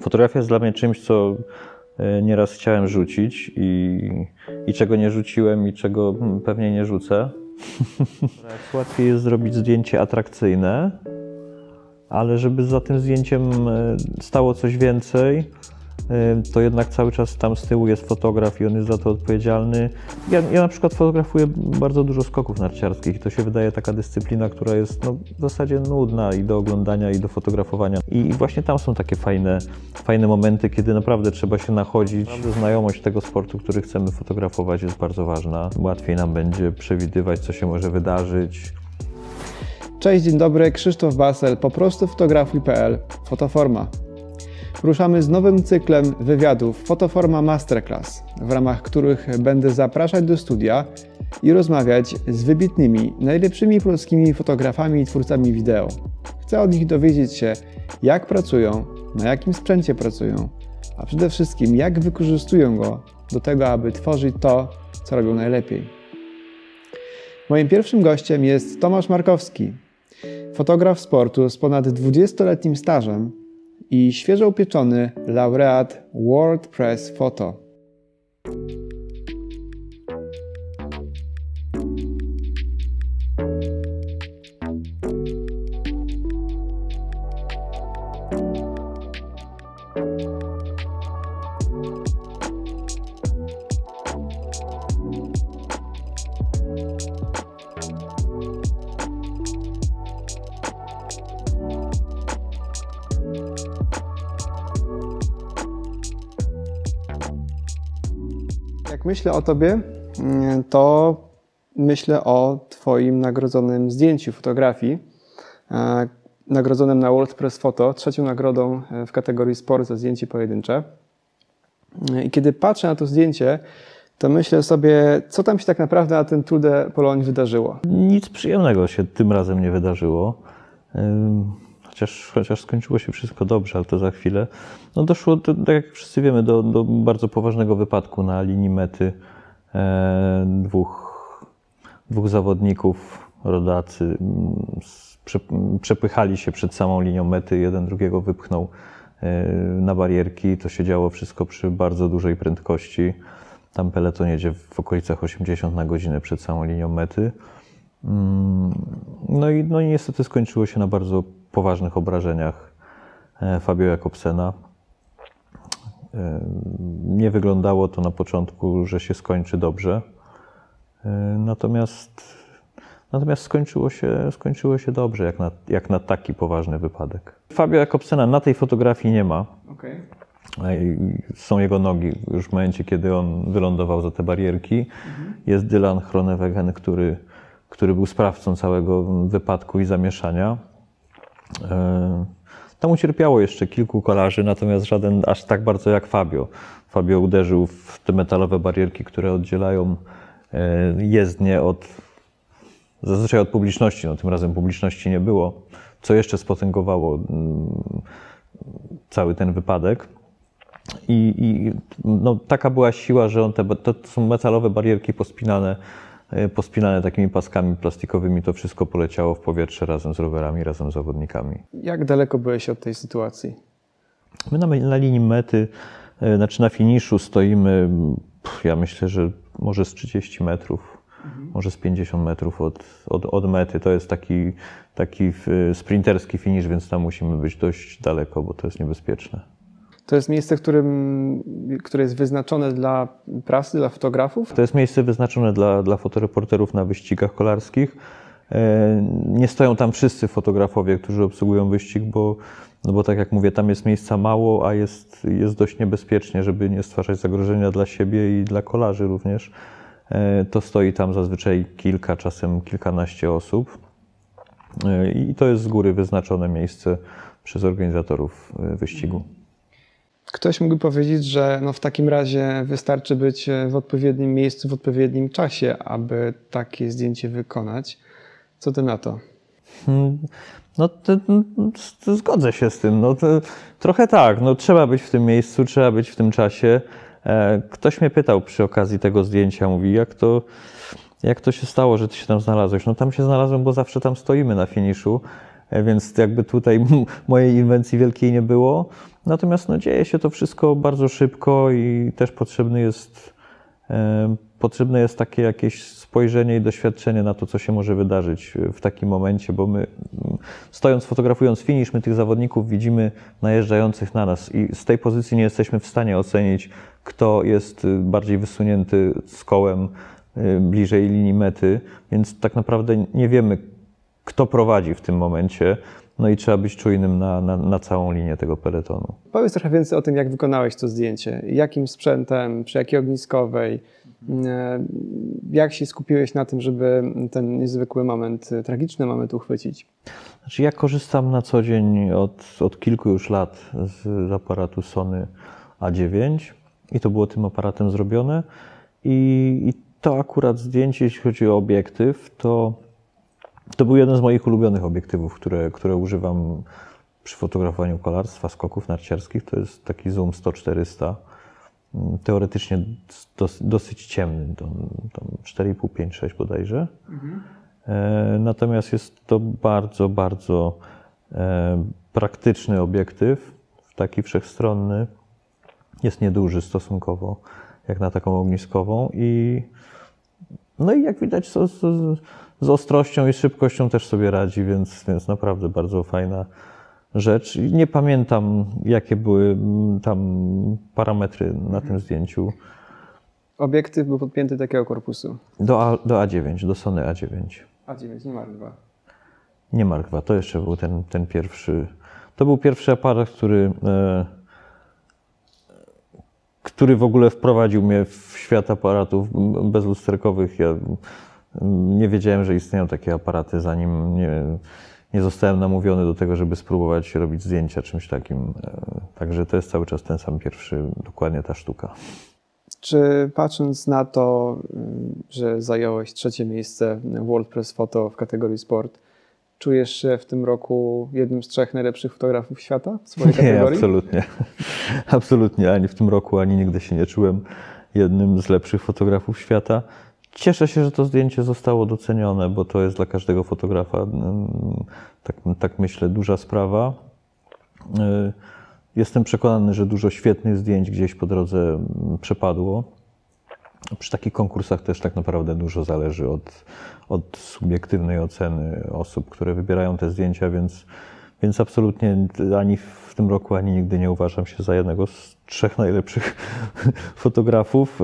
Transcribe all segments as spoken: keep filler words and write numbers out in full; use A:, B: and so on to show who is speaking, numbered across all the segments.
A: Fotografia jest dla mnie czymś, co nieraz chciałem rzucić i, i czego nie rzuciłem i czego pewnie nie rzucę. Łatwiej jest zrobić zdjęcie atrakcyjne, ale żeby za tym zdjęciem stało coś więcej, to jednak cały czas tam z tyłu jest fotograf i on jest za to odpowiedzialny. Ja, ja na przykład fotografuję bardzo dużo skoków narciarskich i to się wydaje taka dyscyplina, która jest no, w zasadzie nudna i do oglądania, i do fotografowania. I, i właśnie tam są takie fajne, fajne momenty, kiedy naprawdę trzeba się nachodzić. Naprawdę znajomość tego sportu, który chcemy fotografować, jest bardzo ważna. Łatwiej nam będzie przewidywać, co się może wydarzyć.
B: Cześć, dzień dobry, Krzysztof Basel, po prostu fotografuj kropka p l, Fotoforma. Ruszamy z nowym cyklem wywiadów Fotoforma Masterclass, w ramach których będę zapraszać do studia i rozmawiać z wybitnymi, najlepszymi polskimi fotografami i twórcami wideo. Chcę od nich dowiedzieć się, jak pracują, na jakim sprzęcie pracują, a przede wszystkim jak wykorzystują go do tego, aby tworzyć to, co robią najlepiej. Moim pierwszym gościem jest Tomasz Markowski, fotograf sportu z ponad dwudziestoletnim stażem i świeżo upieczony laureat World Press Photo. Jak myślę o Tobie, to myślę o Twoim nagrodzonym zdjęciu fotografii, nagrodzonym na World Press Photo, trzecią nagrodą w kategorii sport za zdjęcie pojedyncze. I kiedy patrzę na to zdjęcie, to myślę sobie, co tam się tak naprawdę na tym Tour de Pologne wydarzyło.
A: Nic przyjemnego się tym razem nie wydarzyło. Chociaż, chociaż skończyło się wszystko dobrze, ale to za chwilę. No doszło, to, tak jak wszyscy wiemy, do, do bardzo poważnego wypadku na linii mety. E, dwóch, dwóch zawodników, rodacy, prze, przepychali się przed samą linią mety. Jeden drugiego wypchnął e, na barierki. To się działo wszystko przy bardzo dużej prędkości. Tam peleton jedzie w okolicach osiemdziesiąt na godzinę przed samą linią mety. No i, no i niestety skończyło się na bardzo poważnych obrażeniach Fabio Jakobsena. Nie wyglądało to na początku, że się skończy dobrze. Natomiast, natomiast skończyło się, skończyło się dobrze, jak na, jak na taki poważny wypadek. Fabio Jakobsena na tej fotografii nie ma. Okay. Są jego nogi już w momencie, kiedy on wylądował za te barierki. Mhm. Jest Dylan Groenewegen, który który był sprawcą całego wypadku i zamieszania. Tam ucierpiało jeszcze kilku kolarzy, natomiast żaden aż tak bardzo jak Fabio. Fabio uderzył w te metalowe barierki, które oddzielają jezdnię od, zazwyczaj od publiczności. No, tym razem publiczności nie było, co jeszcze spotęgowało cały ten wypadek. I, i no, taka była siła, że on te, to są metalowe barierki pospinane pospinane takimi paskami plastikowymi, to wszystko poleciało w powietrze razem z rowerami, razem z zawodnikami.
B: Jak daleko byłeś od tej sytuacji?
A: My na, na linii mety, znaczy na finiszu stoimy, ja myślę, że może z trzydzieści metrów, mhm. może z pięćdziesiąt metrów od, od, od mety. To jest taki, taki sprinterski finisz, więc tam musimy być dość daleko, bo to jest niebezpieczne.
B: To jest miejsce, którym, które jest wyznaczone dla prasy, dla fotografów?
A: To jest miejsce wyznaczone dla, dla fotoreporterów na wyścigach kolarskich. Nie stoją tam wszyscy fotografowie, którzy obsługują wyścig, bo, no bo tak jak mówię, tam jest miejsca mało, a jest, jest dość niebezpiecznie, żeby nie stwarzać zagrożenia dla siebie i dla kolarzy również. To stoi tam zazwyczaj kilka, czasem kilkanaście osób. I to jest z góry wyznaczone miejsce przez organizatorów wyścigu.
B: Ktoś mógłby powiedzieć, że no w takim razie wystarczy być w odpowiednim miejscu, w odpowiednim czasie, aby takie zdjęcie wykonać. Co ty na to?
A: No to, to zgodzę się z tym. No to, trochę tak. No, trzeba być w tym miejscu, trzeba być w tym czasie. Ktoś mnie pytał przy okazji tego zdjęcia, mówi, jak to, jak to się stało, że ty się tam znalazłeś? No tam się znalazłem, bo zawsze tam stoimy na finiszu. więc jakby tutaj mojej inwencji wielkiej nie było. Natomiast no, dzieje się to wszystko bardzo szybko i też potrzebny jest, e, potrzebne jest takie jakieś spojrzenie i doświadczenie na to, co się może wydarzyć w takim momencie, bo my stojąc, fotografując finish, my tych zawodników widzimy najeżdżających na nas i z tej pozycji nie jesteśmy w stanie ocenić, kto jest bardziej wysunięty z kołem bliżej linii mety, więc tak naprawdę nie wiemy, kto prowadzi w tym momencie, no i trzeba być czujnym na, na, na całą linię tego peletonu.
B: Powiedz trochę więcej o tym, jak wykonałeś to zdjęcie, jakim sprzętem, przy jakiej ogniskowej, jak się skupiłeś na tym, żeby ten niezwykły moment, tragiczny moment uchwycić?
A: Znaczy ja korzystam na co dzień od, od kilku już lat z aparatu Sony A dziewięć i to było tym aparatem zrobione i, i to akurat zdjęcie, jeśli chodzi o obiektyw, to, to był jeden z moich ulubionych obiektywów, które, które używam przy fotografowaniu kolarstwa, skoków narciarskich. To jest taki zoom sto czterysta. Teoretycznie dos, dosyć ciemny, to, to cztery i pół, pięć, sześć bodajże. Mhm. E, natomiast jest to bardzo, bardzo e, praktyczny obiektyw, taki wszechstronny. Jest nieduży stosunkowo, jak na taką ogniskową. I, no i jak widać, z, z, z ostrością i szybkością też sobie radzi, więc, więc naprawdę bardzo fajna rzecz. Nie pamiętam, jakie były tam parametry na tym zdjęciu.
B: Obiektyw był podpięty do takiego korpusu?
A: Do, A, do A dziewięć, do Sony A dziewięć.
B: A dziewięć, nie Mark dwa.
A: Nie Mark dwa, to jeszcze był ten, ten pierwszy. To był pierwszy aparat, który, e, który w ogóle wprowadził mnie w świat aparatów bezlusterkowych. Ja nie wiedziałem, że istnieją takie aparaty, zanim nie, nie zostałem namówiony do tego, żeby spróbować robić zdjęcia czymś takim. Także to jest cały czas ten sam pierwszy, dokładnie ta sztuka.
B: Czy patrząc na to, że zająłeś trzecie miejsce w World Press Photo w kategorii sport, czujesz się w tym roku jednym z trzech najlepszych fotografów świata w swojej kategorii?
A: Nie, absolutnie. Absolutnie. Ani w tym roku, ani nigdy się nie czułem jednym z lepszych fotografów świata. Cieszę się, że to zdjęcie zostało docenione, bo to jest dla każdego fotografa, tak, tak myślę, duża sprawa. Jestem przekonany, że dużo świetnych zdjęć gdzieś po drodze przepadło. Przy takich konkursach też tak naprawdę dużo zależy od, od subiektywnej oceny osób, które wybierają te zdjęcia, więc, więc absolutnie ani w tym roku, ani nigdy nie uważam się za jednego z trzech najlepszych fotografów.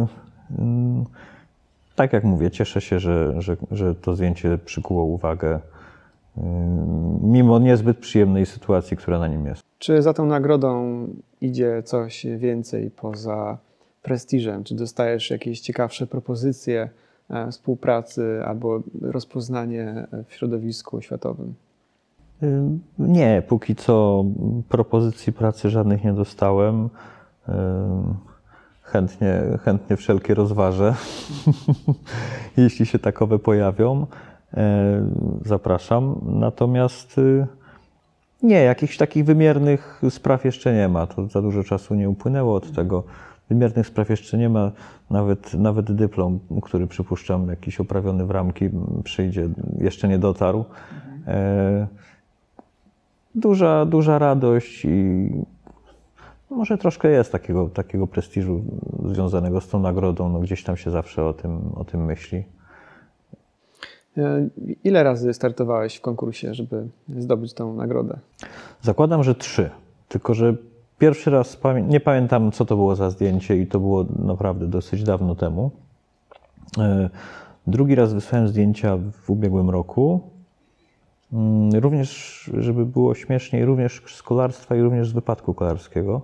A: Tak jak mówię, cieszę się, że, że, że to zdjęcie przykuło uwagę, mimo niezbyt przyjemnej sytuacji, która na nim jest.
B: Czy za tą nagrodą idzie coś więcej poza prestiżem? Czy dostajesz jakieś ciekawsze propozycje współpracy albo rozpoznanie w środowisku światowym?
A: Nie, póki co propozycji pracy żadnych nie dostałem. Chętnie, chętnie wszelkie rozważę, jeśli się takowe pojawią. Zapraszam. Natomiast nie, jakichś takich wymiernych spraw jeszcze nie ma. To za dużo czasu nie upłynęło od tego. Wymiernych spraw jeszcze nie ma. Nawet, nawet dyplom, który przypuszczam jakiś oprawiony w ramki przyjdzie, jeszcze nie dotarł. Duża, duża radość i może troszkę jest takiego, takiego prestiżu związanego z tą nagrodą. No gdzieś tam się zawsze o tym, o tym myśli.
B: Ile razy startowałeś w konkursie, żeby zdobyć tą nagrodę?
A: Zakładam, że trzy. Tylko że pierwszy raz, nie pamiętam, co to było za zdjęcie i to było naprawdę dosyć dawno temu. Drugi raz wysłałem zdjęcia w ubiegłym roku. Również, żeby było śmieszniej, również z kolarstwa i również z wypadku kolarskiego.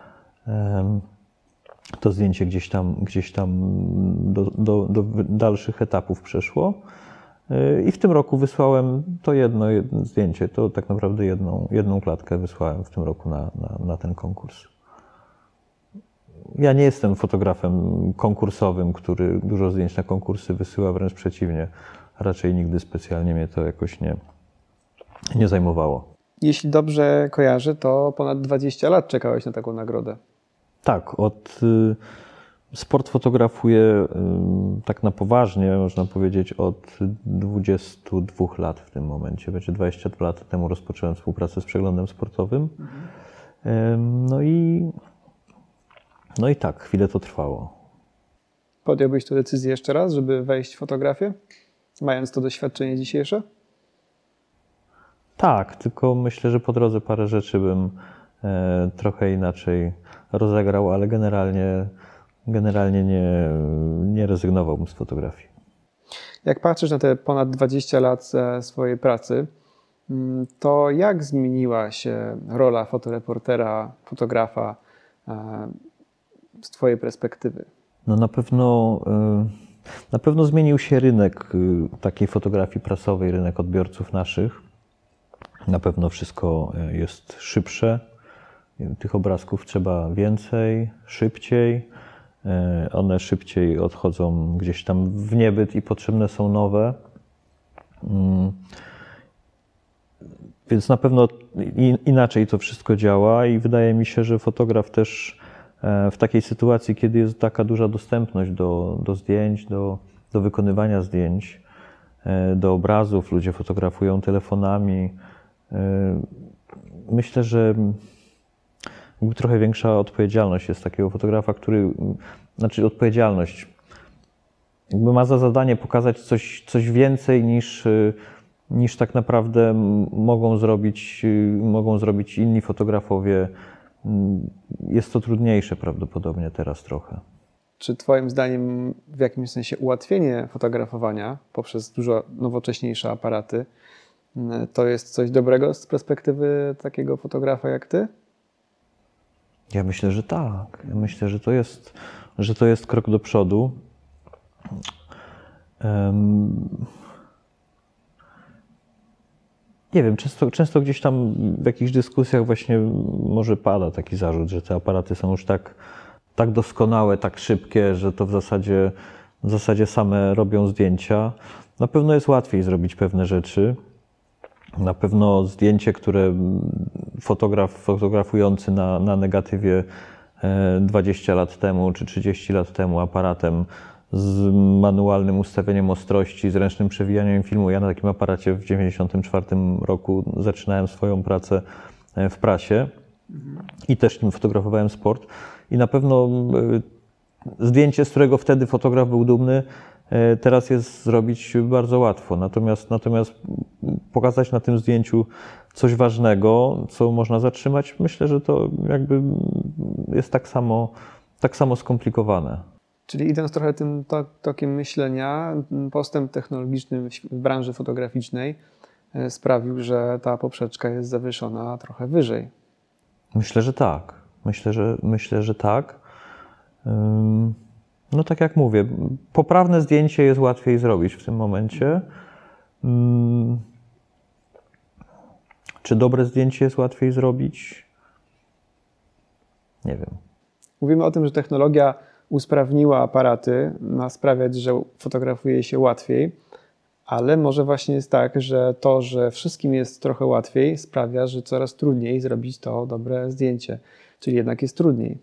A: To zdjęcie gdzieś tam, gdzieś tam do, do, do dalszych etapów przeszło. I w tym roku wysłałem to jedno, jedno zdjęcie, to tak naprawdę jedną, jedną klatkę wysłałem w tym roku na, na, na ten konkurs. Ja nie jestem fotografem konkursowym, który dużo zdjęć na konkursy wysyła, wręcz przeciwnie. Raczej nigdy specjalnie mnie to jakoś nie, nie zajmowało.
B: Jeśli dobrze kojarzę, to ponad dwadzieścia lat czekałeś na taką nagrodę.
A: Tak, od, Sport fotografuję tak na poważnie, można powiedzieć, od dwudziestu dwóch lat w tym momencie. Będzie dwadzieścia dwa lata temu rozpocząłem współpracę z Przeglądem Sportowym. Mhm. No i, no i tak, chwilę to trwało.
B: Podjąłbyś tę decyzję jeszcze raz, żeby wejść w fotografię, mając to doświadczenie dzisiejsze?
A: Tak, tylko myślę, że po drodze parę rzeczy bym e, trochę inaczej rozegrał, ale generalnie, generalnie nie, nie rezygnowałbym z fotografii.
B: Jak patrzysz na te ponad dwadzieścia lat swojej pracy, to jak zmieniła się rola fotoreportera, fotografa z twojej perspektywy?
A: No na pewno, na pewno zmienił się rynek takiej fotografii prasowej, rynek odbiorców naszych. Na pewno wszystko jest szybsze, tych obrazków trzeba więcej, szybciej. One szybciej odchodzą gdzieś tam w niebyt i potrzebne są nowe. Więc na pewno inaczej to wszystko działa i wydaje mi się, że fotograf też w takiej sytuacji, kiedy jest taka duża dostępność do, do zdjęć, do, do wykonywania zdjęć, do obrazów, ludzie fotografują telefonami. Myślę, że trochę większa odpowiedzialność jest takiego fotografa, który, znaczy odpowiedzialność, jakby ma za zadanie pokazać coś, coś więcej niż, niż tak naprawdę mogą zrobić, mogą zrobić inni fotografowie. Jest to trudniejsze prawdopodobnie teraz trochę.
B: Czy twoim zdaniem w jakimś sensie ułatwienie fotografowania poprzez dużo nowocześniejsze aparaty to jest coś dobrego z perspektywy takiego fotografa jak ty?
A: Ja myślę, że tak. Ja myślę, że to jest, że to jest krok do przodu. Um, nie wiem, często, często gdzieś tam w jakichś dyskusjach właśnie może pada taki zarzut, że te aparaty są już tak, tak doskonałe, tak szybkie, że to w zasadzie, w zasadzie same robią zdjęcia. Na pewno jest łatwiej zrobić pewne rzeczy. Na pewno zdjęcie, które fotograf fotografujący na, na negatywie dwadzieścia lat temu czy trzydzieści lat temu aparatem z manualnym ustawieniem ostrości, z ręcznym przewijaniem filmu. Ja na takim aparacie w dziewięćdziesiątym czwartym roku zaczynałem swoją pracę w prasie i też nim fotografowałem sport. I na pewno zdjęcie, z którego wtedy fotograf był dumny, teraz jest zrobić bardzo łatwo. Natomiast, natomiast pokazać na tym zdjęciu coś ważnego, co można zatrzymać, myślę, że to jakby jest tak samo, tak samo skomplikowane.
B: Czyli idąc trochę tym tokiem myślenia, postęp technologiczny w branży fotograficznej sprawił, że ta poprzeczka jest zawieszona trochę wyżej.
A: Myślę, że tak. Myślę, że, myślę, że tak. No tak jak mówię, poprawne zdjęcie jest łatwiej zrobić w tym momencie. Czy dobre zdjęcie jest łatwiej zrobić? Nie wiem.
B: Mówimy o tym, że technologia usprawniła aparaty, ma sprawiać, że fotografuje się łatwiej, ale może właśnie jest tak, że to, że wszystkim jest trochę łatwiej, sprawia, że coraz trudniej zrobić to dobre zdjęcie. Czyli jednak jest trudniej.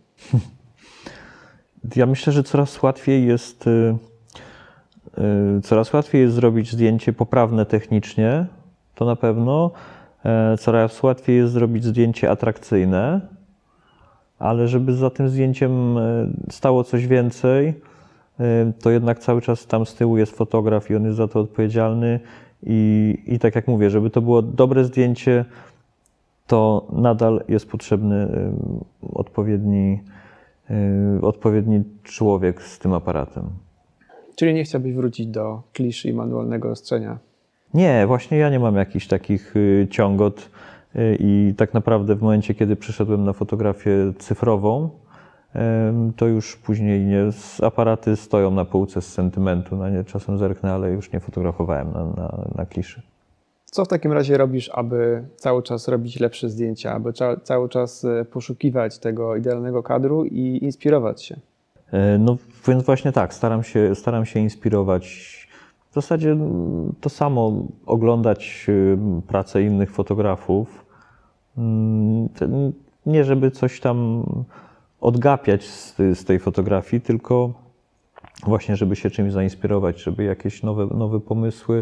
A: Ja myślę, że coraz łatwiej jest, yy, coraz łatwiej jest zrobić zdjęcie poprawne technicznie, to na pewno. Yy, coraz łatwiej jest zrobić zdjęcie atrakcyjne, ale żeby za tym zdjęciem stało coś więcej, yy, to jednak cały czas tam z tyłu jest fotograf i on jest za to odpowiedzialny. I, i tak jak mówię, żeby to było dobre zdjęcie, to nadal jest potrzebny yy, odpowiedni odpowiedni człowiek z tym aparatem.
B: Czyli nie chciałbyś wrócić do klisz i manualnego ostrzenia?
A: Nie, właśnie ja nie mam jakichś takich ciągot i tak naprawdę w momencie, kiedy przeszedłem na fotografię cyfrową, to już później nie, aparaty stoją na półce z sentymentu, na nie czasem zerknę, ale już nie fotografowałem na, na, na kliszy.
B: Co w takim razie robisz, aby cały czas robić lepsze zdjęcia, aby cza, cały czas poszukiwać tego idealnego kadru i inspirować się?
A: No więc właśnie tak, staram się, staram się inspirować. W zasadzie to samo, oglądać pracę innych fotografów. Nie żeby coś tam odgapiać z, z tej fotografii, tylko właśnie, żeby się czymś zainspirować, żeby jakieś nowe, nowe pomysły,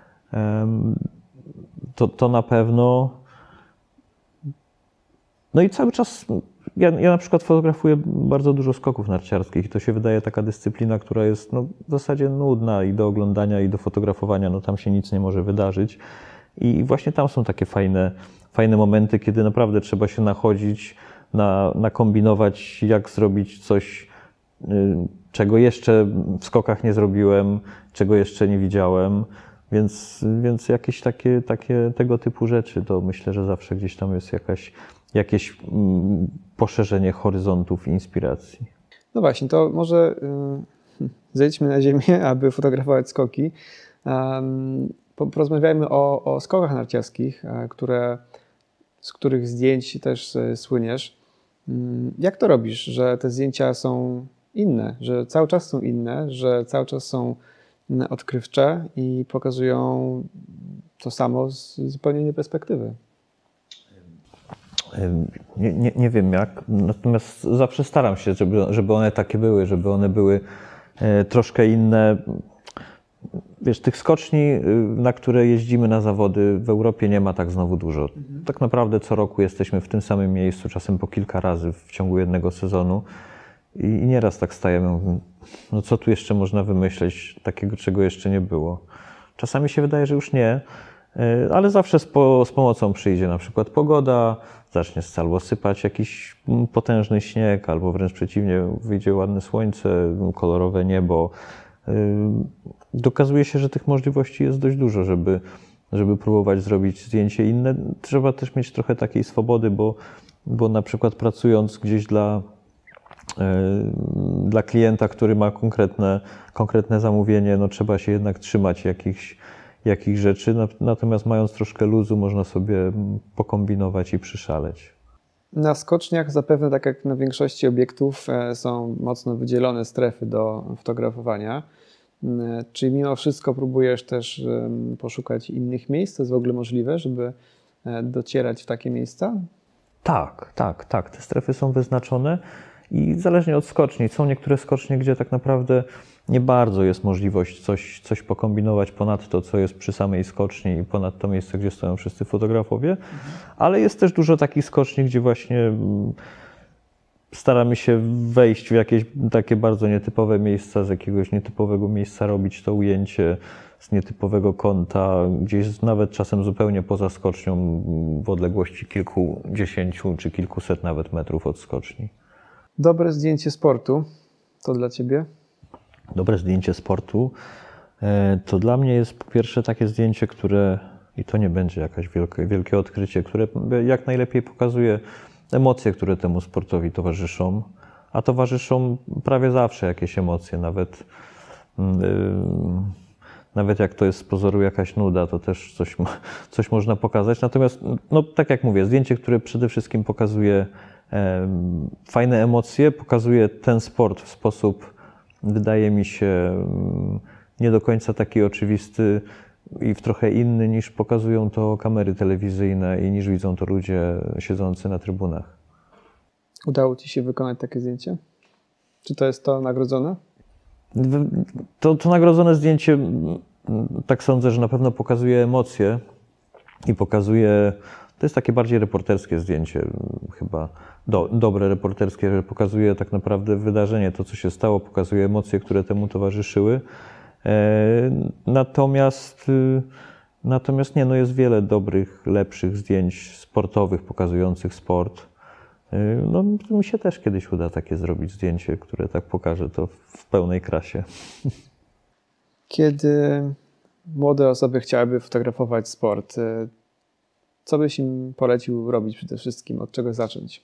A: to, to na pewno. No i cały czas, ja, ja na przykład fotografuję bardzo dużo skoków narciarskich i to się wydaje taka dyscyplina, która jest no, w zasadzie nudna i do oglądania, i do fotografowania, no tam się nic nie może wydarzyć. I właśnie tam są takie fajne, fajne momenty, kiedy naprawdę trzeba się nachodzić, na, nakombinować, jak zrobić coś, czego jeszcze w skokach nie zrobiłem, czego jeszcze nie widziałem. Więc, więc jakieś takie, takie tego typu rzeczy, to myślę, że zawsze gdzieś tam jest jakaś, jakieś mm, poszerzenie horyzontów i inspiracji.
B: No właśnie, to może y, zejdźmy na ziemię, aby fotografować skoki. Um, porozmawiajmy o, o skokach narciarskich, które, z których zdjęć też słyniesz. Jak to robisz, że te zdjęcia są inne, że cały czas są inne, że cały czas są odkrywcze i pokazują to samo z zupełnie innej perspektywy?
A: Nie, nie, nie wiem jak, natomiast zawsze staram się, żeby, żeby one takie były, żeby one były troszkę inne. Wiesz, tych skoczni, na które jeździmy na zawody, w Europie nie ma tak znowu dużo. Mhm. Tak naprawdę co roku jesteśmy w tym samym miejscu, czasem po kilka razy w ciągu jednego sezonu. I, i nieraz tak stajemy, no co tu jeszcze można wymyśleć, takiego, czego jeszcze nie było. Czasami się wydaje, że już nie, ale zawsze z, po, z pomocą przyjdzie na przykład pogoda, zacznie albo sypać jakiś potężny śnieg, albo wręcz przeciwnie, wyjdzie ładne słońce, kolorowe niebo. Dokazuje się, że tych możliwości jest dość dużo, żeby, żeby próbować zrobić zdjęcie inne. Trzeba też mieć trochę takiej swobody, bo, bo na przykład pracując gdzieś dla, dla klienta, który ma konkretne, konkretne zamówienie, no trzeba się jednak trzymać jakichś, jakichś rzeczy, natomiast mając troszkę luzu, można sobie pokombinować i przyszaleć.
B: Na skoczniach zapewne, tak jak na większości obiektów, są mocno wydzielone strefy do fotografowania. Czy mimo wszystko próbujesz też poszukać innych miejsc? To jest w ogóle możliwe, żeby docierać w takie miejsca?
A: Tak, tak, tak. Te strefy są wyznaczone i zależnie od skoczni. Są niektóre skocznie, gdzie tak naprawdę nie bardzo jest możliwość coś, coś pokombinować ponad to, co jest przy samej skoczni i ponad to miejsce, gdzie stoją wszyscy fotografowie, mhm. ale jest też dużo takich skoczni, gdzie właśnie staramy się wejść w jakieś takie bardzo nietypowe miejsca, z jakiegoś nietypowego miejsca robić to ujęcie, z nietypowego kąta, gdzieś nawet czasem zupełnie poza skocznią, w odległości kilkudziesięciu czy kilkuset nawet metrów od skoczni.
B: Dobre zdjęcie sportu to dla Ciebie?
A: Dobre zdjęcie sportu to dla mnie jest po pierwsze takie zdjęcie, które, i to nie będzie jakieś wielkie, wielkie odkrycie, które jak najlepiej pokazuje emocje, które temu sportowi towarzyszą, a towarzyszą prawie zawsze jakieś emocje, nawet, yy, nawet jak to jest z pozoru jakaś nuda, to też coś, coś można pokazać. Natomiast, no, tak jak mówię, zdjęcie, które przede wszystkim pokazuje yy, fajne emocje, pokazuje ten sport w sposób, wydaje mi się, yy, nie do końca taki oczywisty i w trochę inny niż pokazują to kamery telewizyjne i niż widzą to ludzie siedzący na trybunach.
B: Udało Ci się wykonać takie zdjęcie? Czy to jest to nagrodzone?
A: To, to nagrodzone zdjęcie, tak sądzę, że na pewno pokazuje emocje i pokazuje, to jest takie bardziej reporterskie zdjęcie, chyba do, dobre reporterskie, że pokazuje tak naprawdę wydarzenie, to co się stało, pokazuje emocje, które temu towarzyszyły. Natomiast, natomiast nie, no jest wiele dobrych, lepszych zdjęć sportowych pokazujących sport. No, mi się też kiedyś uda takie zrobić zdjęcie, które tak pokaże to w pełnej krasie.
B: Kiedy młode osoby chciałyby fotografować sport, co byś im polecił robić przede wszystkim? Od czego zacząć?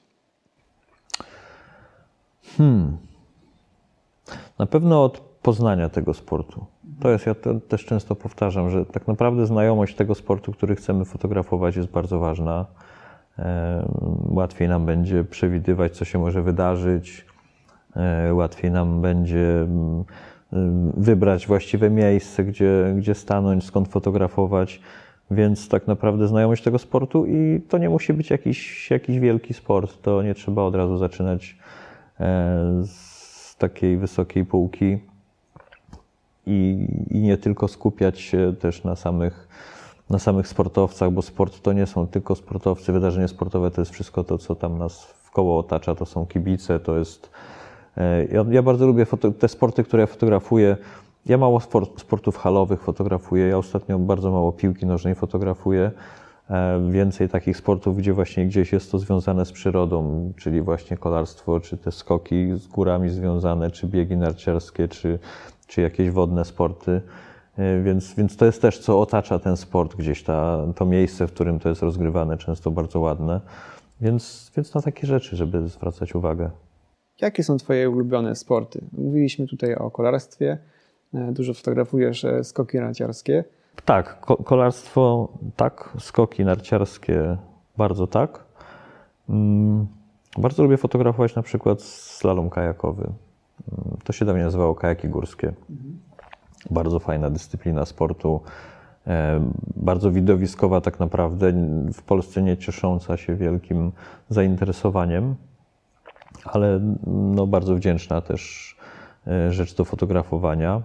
A: Hmm. Na pewno od poznania tego sportu. To jest, ja to też często powtarzam, że tak naprawdę znajomość tego sportu, który chcemy fotografować, jest bardzo ważna. Łatwiej nam będzie przewidywać, co się może wydarzyć. Łatwiej nam będzie wybrać właściwe miejsce, gdzie, gdzie stanąć, skąd fotografować. Więc tak naprawdę znajomość tego sportu i to nie musi być jakiś, jakiś wielki sport. To nie trzeba od razu zaczynać z takiej wysokiej półki i, i nie tylko skupiać się też na samych, na samych sportowcach, bo sport to nie są tylko sportowcy, wydarzenie sportowe to jest wszystko to, co tam nas wkoło otacza, to są kibice, to jest... Ja, ja bardzo lubię foto, te sporty, które ja fotografuję. Ja mało sport, sportów halowych fotografuję, ja ostatnio bardzo mało piłki nożnej fotografuję. Więcej takich sportów, gdzie właśnie gdzieś jest to związane z przyrodą, czyli właśnie kolarstwo, czy te skoki z górami związane, czy biegi narciarskie, czy, czy jakieś wodne sporty. Więc, więc to jest też, co otacza ten sport, gdzieś ta, to miejsce, w którym to jest rozgrywane, często bardzo ładne. Więc, więc na takie rzeczy, żeby zwracać uwagę.
B: Jakie są Twoje ulubione sporty? Mówiliśmy tutaj o kolarstwie, dużo fotografujesz skoki narciarskie.
A: Tak, ko- kolarstwo tak, skoki narciarskie bardzo tak. Mm, bardzo lubię fotografować na przykład slalom kajakowy. Mm, to się dawniej nazywało kajaki górskie. Mhm. Bardzo fajna dyscyplina sportu, e, bardzo widowiskowa tak naprawdę, w Polsce nie ciesząca się wielkim zainteresowaniem, ale no, bardzo wdzięczna też e, rzecz do fotografowania.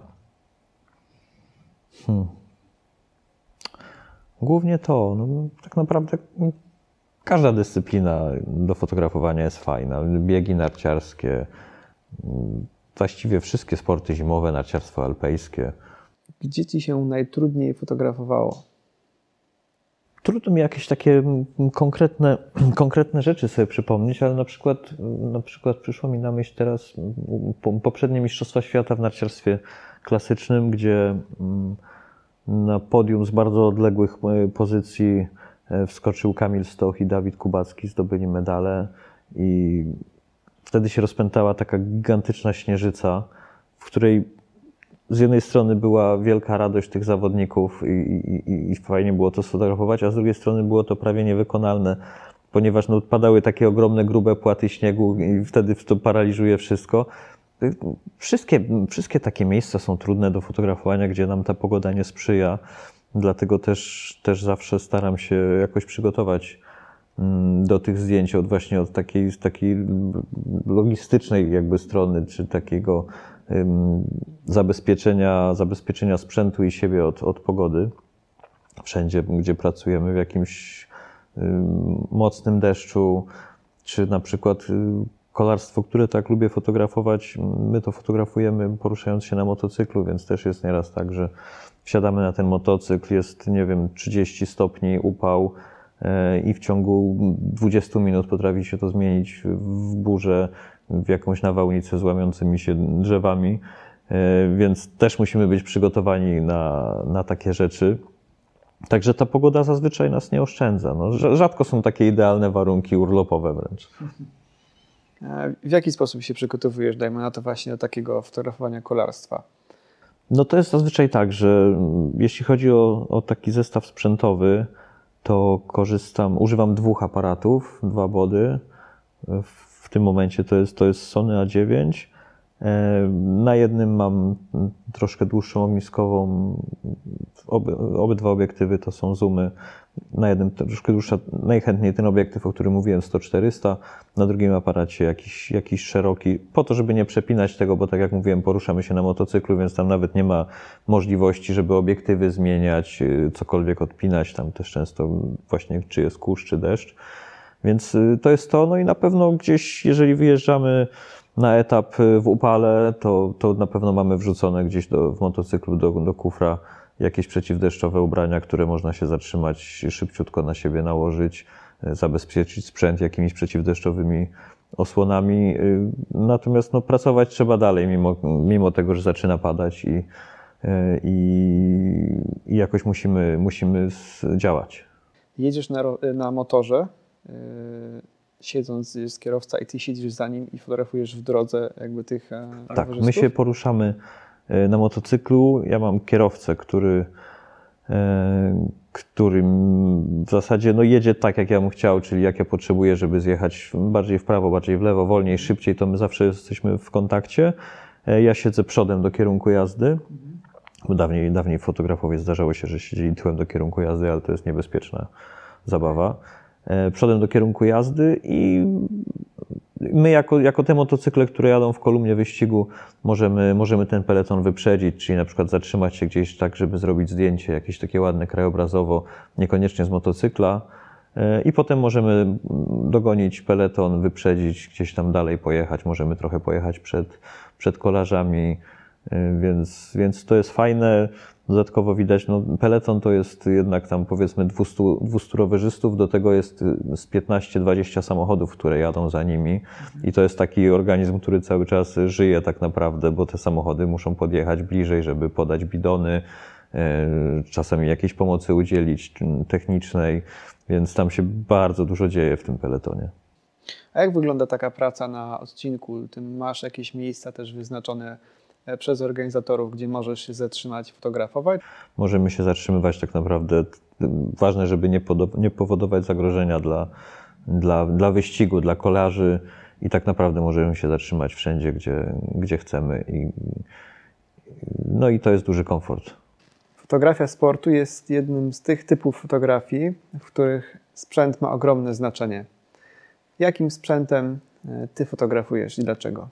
A: Hmm. Głównie to, no, tak naprawdę każda dyscyplina do fotografowania jest fajna. Biegi narciarskie, właściwie wszystkie sporty zimowe, narciarstwo alpejskie.
B: Gdzie Ci się najtrudniej fotografowało?
A: Trudno mi jakieś takie konkretne, konkretne rzeczy sobie przypomnieć, ale na przykład, na przykład przyszło mi na myśl teraz poprzednie Mistrzostwa Świata w narciarstwie klasycznym, gdzie na podium z bardzo odległych pozycji wskoczył Kamil Stoch i Dawid Kubacki, zdobyli medale i wtedy się rozpętała taka gigantyczna śnieżyca, w której z jednej strony była wielka radość tych zawodników i, i, i fajnie było to sfotografować, a z drugiej strony było to prawie niewykonalne, ponieważ no, padały takie ogromne, grube płaty śniegu i wtedy to paraliżuje wszystko. Wszystkie, wszystkie takie miejsca są trudne do fotografowania, gdzie nam ta pogoda nie sprzyja, dlatego też, też zawsze staram się jakoś przygotować do tych zdjęć od właśnie od takiej, takiej logistycznej jakby strony, czy takiego um, zabezpieczenia, zabezpieczenia sprzętu i siebie od, od pogody. Wszędzie, gdzie pracujemy w jakimś um, mocnym deszczu, czy na przykład um, kolarstwo, które tak lubię fotografować, my to fotografujemy poruszając się na motocyklu, więc też jest nieraz tak, że wsiadamy na ten motocykl, jest, nie wiem, trzydzieści stopni, upał i w ciągu dwudziestu minut potrafi się to zmienić w burzę, w jakąś nawałnicę z łamiącymi się drzewami, więc też musimy być przygotowani na, na takie rzeczy. Także ta pogoda zazwyczaj nas nie oszczędza. No, rzadko są takie idealne warunki urlopowe wręcz.
B: W jaki sposób się przygotowujesz, dajmy na to właśnie do takiego fotografowania kolarstwa?
A: No to jest zazwyczaj tak, że jeśli chodzi o, o taki zestaw sprzętowy, to korzystam, używam dwóch aparatów, dwa body. W tym momencie to jest, to jest Sony A dziewięć. Na jednym mam troszkę dłuższą ogniskową, oby, obydwa obiektywy to są zoomy. Na jednym troszkę dłuższa, najchętniej ten obiektyw, o którym mówiłem, sto czterysta, na drugim aparacie jakiś, jakiś szeroki, po to, żeby nie przepinać tego, bo tak jak mówiłem, poruszamy się na motocyklu, więc tam nawet nie ma możliwości, żeby obiektywy zmieniać, cokolwiek odpinać, tam też często właśnie czy jest kurz, czy deszcz. Więc to jest to, no i na pewno gdzieś, jeżeli wyjeżdżamy na etap w upale, to, to na pewno mamy wrzucone gdzieś do, w motocyklu do, do kufra jakieś przeciwdeszczowe ubrania, które można się zatrzymać, szybciutko na siebie nałożyć, zabezpieczyć sprzęt jakimiś przeciwdeszczowymi osłonami. Natomiast no, pracować trzeba dalej, mimo, mimo tego, że zaczyna padać i, i, i jakoś musimy, musimy działać.
B: Jedziesz na, na motorze, yy, siedząc z kierowca i ty siedzisz za nim i fotografujesz w drodze jakby tych
A: Tak, my się poruszamy na motocyklu. Ja mam kierowcę, który, który w zasadzie no, jedzie tak, jak ja bym chciał, czyli jak ja potrzebuję, żeby zjechać bardziej w prawo, bardziej w lewo, wolniej, szybciej, to my zawsze jesteśmy w kontakcie. Ja siedzę przodem do kierunku jazdy, bo dawniej, dawniej fotografowie zdarzało się, że siedzieli tyłem do kierunku jazdy, ale to jest niebezpieczna zabawa. przodem do kierunku jazdy i my jako, jako te motocykle, które jadą w kolumnie wyścigu, możemy, możemy ten peleton wyprzedzić, czyli na przykład zatrzymać się gdzieś tak, żeby zrobić zdjęcie jakieś takie ładne krajobrazowo, niekoniecznie z motocykla i potem możemy dogonić peleton, wyprzedzić, gdzieś tam dalej pojechać, możemy trochę pojechać przed, przed kolarzami, więc, więc to jest fajne. Dodatkowo widać, no peleton to jest jednak tam powiedzmy dwieście rowerzystów, do tego jest z piętnaście dwadzieścia samochodów, które jadą za nimi i to jest taki organizm, który cały czas żyje tak naprawdę, bo te samochody muszą podjechać bliżej, żeby podać bidony, czasami jakiejś pomocy udzielić technicznej, więc tam się bardzo dużo dzieje w tym peletonie.
B: A jak wygląda taka praca na odcinku? Ty masz jakieś miejsca też wyznaczone przez organizatorów, gdzie możesz się zatrzymać, fotografować?
A: Możemy się zatrzymywać tak naprawdę. Ważne, żeby nie, nie powodować zagrożenia dla, dla, dla wyścigu, dla kolarzy i tak naprawdę możemy się zatrzymać wszędzie, gdzie, gdzie chcemy. I, no i to jest duży komfort.
B: Fotografia sportu jest jednym z tych typów fotografii, w których sprzęt ma ogromne znaczenie. Jakim sprzętem ty fotografujesz i dlaczego?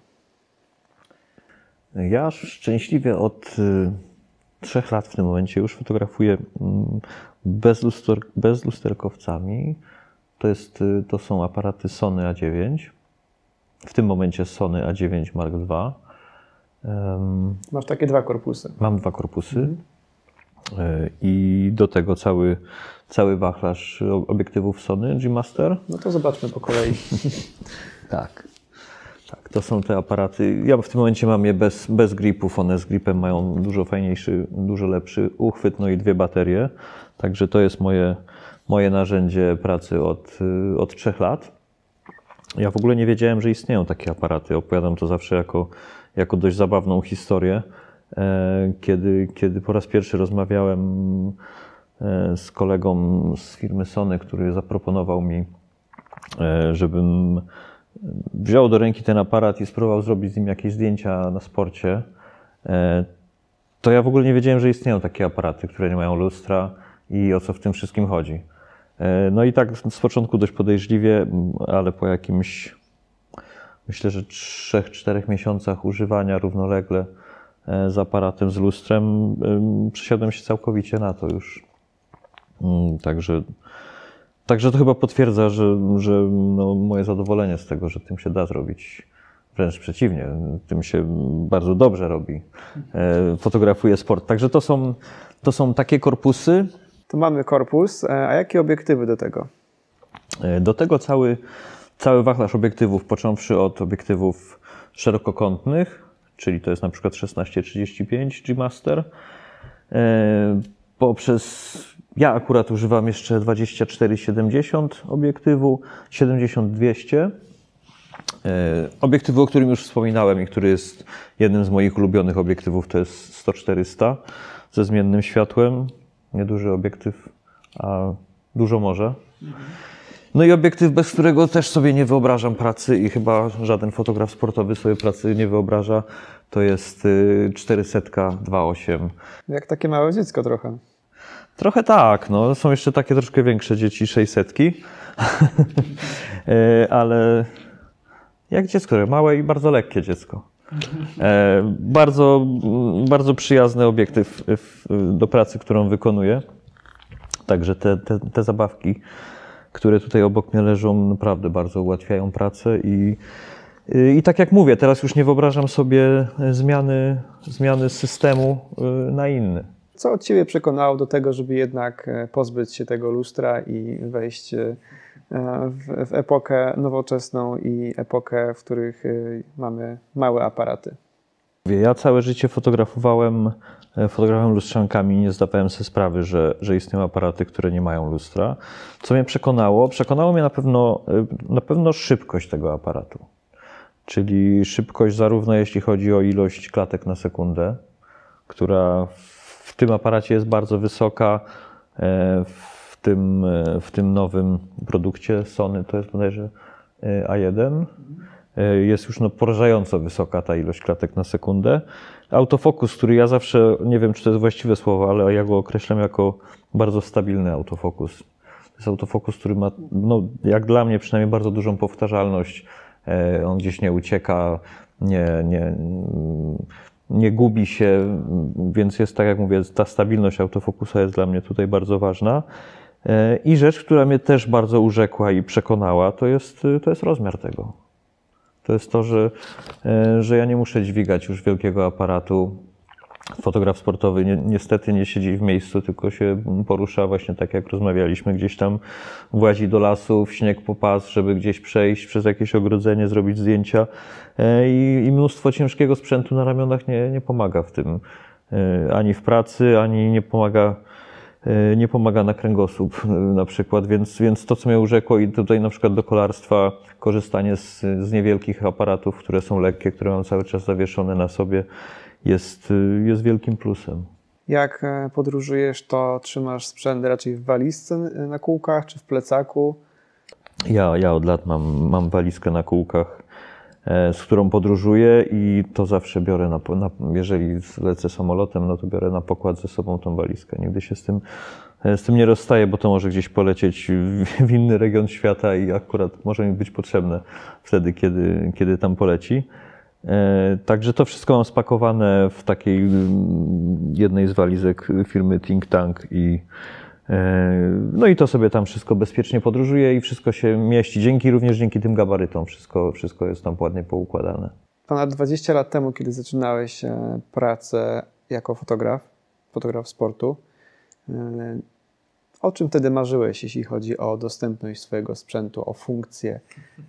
A: Ja szczęśliwie od y, trzech lat w tym momencie już fotografuję bez, luster, bez lusterkowcami. To, jest, y, to są aparaty Sony A dziewięć. W tym momencie Sony A dziewięć Mark dwa. Um,
B: Masz takie dwa korpusy.
A: Mam dwa korpusy.
B: Mhm.
A: Y, I do tego cały, cały wachlarz obiektywów Sony G Master.
B: No to zobaczmy po kolei.
A: Tak. Tak, to są te aparaty. Ja w tym momencie mam je bez, bez gripów. One z gripem mają dużo fajniejszy, dużo lepszy uchwyt, no i dwie baterie. Także to jest moje, moje narzędzie pracy od, od trzech lat. Ja w ogóle nie wiedziałem, że istnieją takie aparaty. Opowiadam to zawsze jako, jako dość zabawną historię. Kiedy, kiedy po raz pierwszy rozmawiałem z kolegą z firmy Sony, który zaproponował mi, żebym wziął do ręki ten aparat i spróbował zrobić z nim jakieś zdjęcia na sporcie, to ja w ogóle nie wiedziałem, że istnieją takie aparaty, które nie mają lustra i o co w tym wszystkim chodzi. No i tak z początku dość podejrzliwie, ale po jakimś, myślę, że trzech, czterech miesiącach używania równolegle z aparatem, z lustrem, przesiadłem się całkowicie na to już. Także Także to chyba potwierdza, że, że no moje zadowolenie z tego, że tym się da zrobić. Wręcz przeciwnie, tym się bardzo dobrze robi. Fotografuję sport. Także to są, to są takie korpusy.
B: Tu mamy korpus, a jakie obiektywy do tego?
A: Do tego cały, cały wachlarz obiektywów, począwszy od obiektywów szerokokątnych, czyli to jest na przykład szesnaście trzydzieści pięć G Master, poprzez ja akurat używam jeszcze dwadzieścia cztery siedemdziesiąt obiektywu, siedemdziesiąt dwieście. Obiektywu, o którym już wspominałem i który jest jednym z moich ulubionych obiektywów, to jest sto czterysta ze zmiennym światłem. Nieduży obiektyw, a dużo może. No i obiektyw, bez którego też sobie nie wyobrażam pracy i chyba żaden fotograf sportowy sobie pracy nie wyobraża, to jest czterysta dwa osiem.
B: Jak takie małe dziecko trochę.
A: Trochę tak, no. Są jeszcze takie troszkę większe dzieci, sześćsetki, ale jak dziecko, małe i bardzo lekkie dziecko. Bardzo, bardzo przyjazny obiektyw do pracy, którą wykonuję. Także te, te, te zabawki, które tutaj obok mnie leżą, naprawdę bardzo ułatwiają pracę i, i tak jak mówię, teraz już nie wyobrażam sobie zmiany, zmiany systemu na inny.
B: Co od Ciebie przekonało do tego, żeby jednak pozbyć się tego lustra i wejść w, w epokę nowoczesną i epokę, w których mamy małe aparaty?
A: Ja całe życie fotografowałem, fotografowałem lustrzankami i nie zdawałem sobie sprawy, że, że istnieją aparaty, które nie mają lustra. Co mnie przekonało? Przekonało mnie na pewno, na pewno szybkość tego aparatu. Czyli szybkość zarówno jeśli chodzi o ilość klatek na sekundę, która w tym aparacie jest bardzo wysoka, w tym, w tym nowym produkcie Sony to jest bodajże A jeden. Jest już no porażająco wysoka ta ilość klatek na sekundę. Autofokus, który ja zawsze, nie wiem czy to jest właściwe słowo, ale ja go określam jako bardzo stabilny autofokus. To jest autofokus, który ma, no, jak dla mnie przynajmniej, bardzo dużą powtarzalność. On gdzieś nie ucieka, nie, nie, nie gubi się, więc jest, tak jak mówię, ta stabilność autofokusa jest dla mnie tutaj bardzo ważna. I rzecz, która mnie też bardzo urzekła i przekonała, to jest, to jest rozmiar tego. To jest to, że, że ja nie muszę dźwigać już wielkiego aparatu. Fotograf sportowy ni niestety nie siedzi w miejscu, tylko się porusza właśnie tak, jak rozmawialiśmy, gdzieś tam włazi do lasu, w śnieg po pas, żeby gdzieś przejść przez jakieś ogrodzenie, zrobić zdjęcia. I, i mnóstwo ciężkiego sprzętu na ramionach nie, nie pomaga w tym. Ani w pracy, ani nie pomaga, nie pomaga na kręgosłup na przykład. Więc, więc to, co mnie urzekło, i tutaj na przykład do kolarstwa, korzystanie z, z niewielkich aparatów, które są lekkie, które mam cały czas zawieszone na sobie, jest, jest wielkim plusem.
B: Jak podróżujesz, to trzymasz sprzęt raczej w walizce na kółkach czy w plecaku?
A: Ja, ja od lat mam, mam walizkę na kółkach, z którą podróżuję i to zawsze biorę, na, na, jeżeli lecę samolotem, no to biorę na pokład ze sobą tą walizkę. Nigdy się z tym, z tym nie rozstaję, bo to może gdzieś polecieć w, w inny region świata i akurat może mi być potrzebne wtedy, kiedy, kiedy tam poleci. Także to wszystko mam spakowane w takiej jednej z walizek firmy Think Tank i no i to sobie tam wszystko bezpiecznie podróżuje i wszystko się mieści. Dzięki również dzięki tym gabarytom wszystko, wszystko jest tam ładnie poukładane.
B: Ponad dwadzieścia lat temu, kiedy zaczynałeś pracę jako fotograf, fotograf sportu, o czym wtedy marzyłeś, jeśli chodzi o dostępność swojego sprzętu, o funkcje?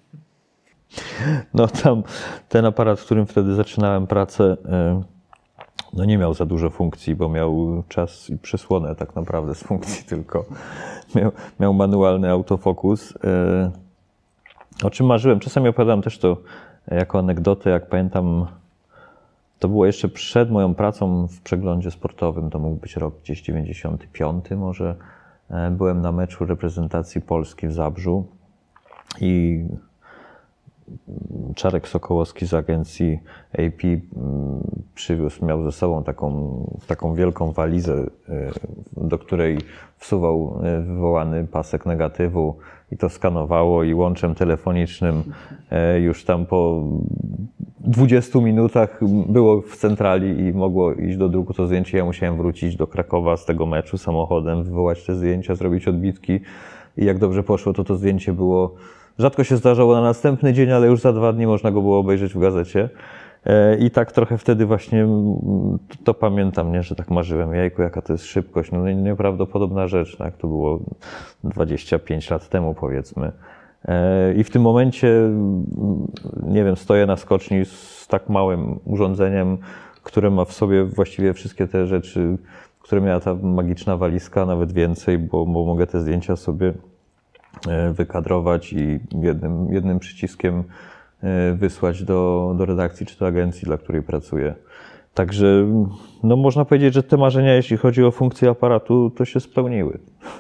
A: No tam ten aparat, w którym wtedy zaczynałem pracę, no nie miał za dużo funkcji, bo miał czas i przysłonę tak naprawdę z funkcji tylko. Miał, miał manualny autofokus. O czym marzyłem? Czasami opowiadam też to jako anegdotę, jak pamiętam, to było jeszcze przed moją pracą w przeglądzie sportowym, to mógł być rok gdzieś dziewięćdziesiąty piąty może. Byłem na meczu reprezentacji Polski w Zabrzu i Czarek Sokołowski z agencji A P przywiózł, miał ze sobą taką, taką wielką walizę, do której wsuwał wywołany pasek negatywu i to skanowało i łączem telefonicznym już tam po dwudziestu minutach było w centrali i mogło iść do druku to zdjęcie. Ja musiałem wrócić do Krakowa z tego meczu samochodem, wywołać te zdjęcia, zrobić odbitki i jak dobrze poszło, to to zdjęcie było, rzadko się zdarzało na następny dzień, ale już za dwa dni można go było obejrzeć w gazecie. I tak trochę wtedy właśnie to pamiętam, nie, że tak marzyłem, jejku, jaka to jest szybkość, no nieprawdopodobna rzecz, tak? To było dwadzieścia pięć lat temu powiedzmy. I w tym momencie, nie wiem, stoję na skoczni z tak małym urządzeniem, które ma w sobie właściwie wszystkie te rzeczy, które miała ta magiczna walizka, nawet więcej, bo, bo mogę te zdjęcia sobie wykadrować i jednym, jednym przyciskiem wysłać do, do redakcji czy do agencji, dla której pracuję. Także no można powiedzieć, że te marzenia, jeśli chodzi o funkcję aparatu, to się spełniły.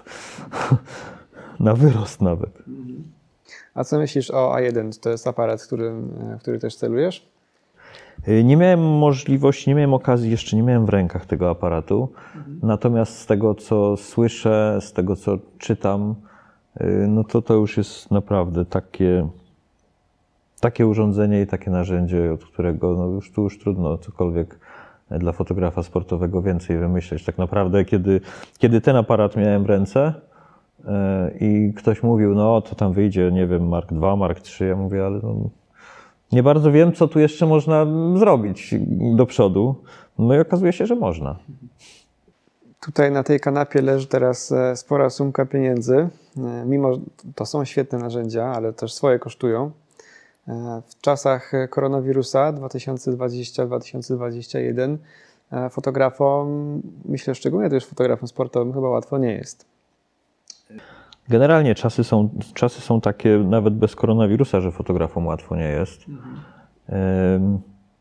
A: Na wyrost nawet.
B: A co myślisz o A jeden? To jest aparat, który, w który też celujesz?
A: Nie miałem możliwości, nie miałem okazji, jeszcze nie miałem w rękach tego aparatu. Mhm. Natomiast z tego, co słyszę, z tego, co czytam, no to to już jest naprawdę takie, takie urządzenie i takie narzędzie, od którego no już tu już trudno cokolwiek dla fotografa sportowego więcej wymyśleć. Tak naprawdę, kiedy, kiedy ten aparat miałem w ręce yy, i ktoś mówił, no to tam wyjdzie, nie wiem, Mark dwa, Mark trzy, ja mówię, ale no, nie bardzo wiem, co tu jeszcze można zrobić do przodu. No i okazuje się, że można.
B: Tutaj na tej kanapie leży teraz spora sumka pieniędzy. Mimo, że to są świetne narzędzia, ale też swoje kosztują. W czasach koronawirusa dwa tysiące dwudziestego do dwa tysiące dwudziestego pierwszego fotografom, myślę szczególnie też fotografom sportowym, chyba łatwo nie jest.
A: Generalnie czasy są, czasy są takie, nawet bez koronawirusa, że fotografom łatwo nie jest. Mhm.